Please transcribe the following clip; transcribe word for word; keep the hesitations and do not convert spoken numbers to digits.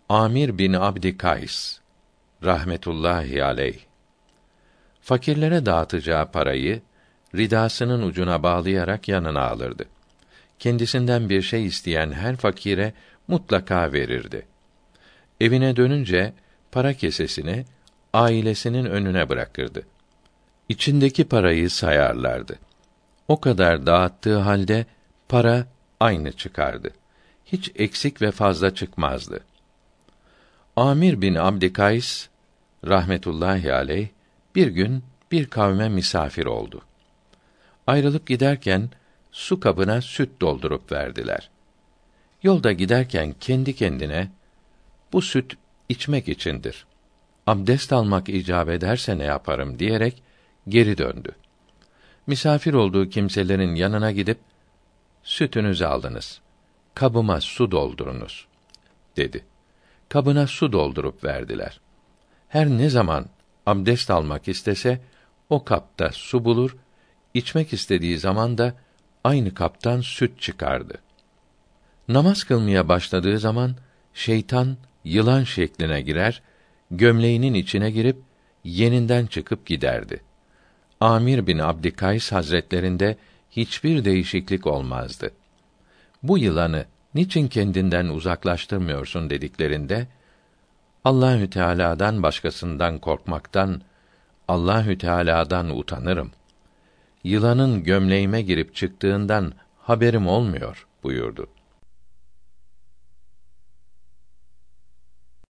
Amir bin Abd Kays rahmetullahi aleyh fakirlere dağıtacağı parayı ridasının ucuna bağlayarak yanına alırdı. Kendisinden bir şey isteyen her fakire mutlaka verirdi. Evine dönünce para kesesini ailesinin önüne bırakırdı. İçindeki parayı sayarlardı. O kadar dağıttığı halde para aynı çıkardı. Hiç eksik ve fazla çıkmazdı. Amir bin Abd Kays rahmetullahi aleyh bir gün bir kavme misafir oldu. Ayrılıp giderken su kabına süt doldurup verdiler. Yolda giderken kendi kendine, bu süt içmek içindir. Abdest almak icap ederse ne yaparım diyerek geri döndü. Misafir olduğu kimselerin yanına gidip, sütünüzü aldınız, kabıma su doldurunuz, dedi. Kabına su doldurup verdiler. Her ne zaman abdest almak istese, o kapta su bulur, içmek istediği zaman da aynı kaptan süt çıkardı. Namaz kılmaya başladığı zaman, şeytan yılan şekline girer, gömleğinin içine girip, yeninden çıkıp giderdi. Amir bin Abd Kays Hazretlerinde hiçbir değişiklik olmazdı. Bu yılanı niçin kendinden uzaklaştırmıyorsun dediklerinde, Allahü Teala'dan başkasından korkmaktan, Allahü Teala'dan utanırım. Yılanın gömleğime girip çıktığından haberim olmuyor buyurdu.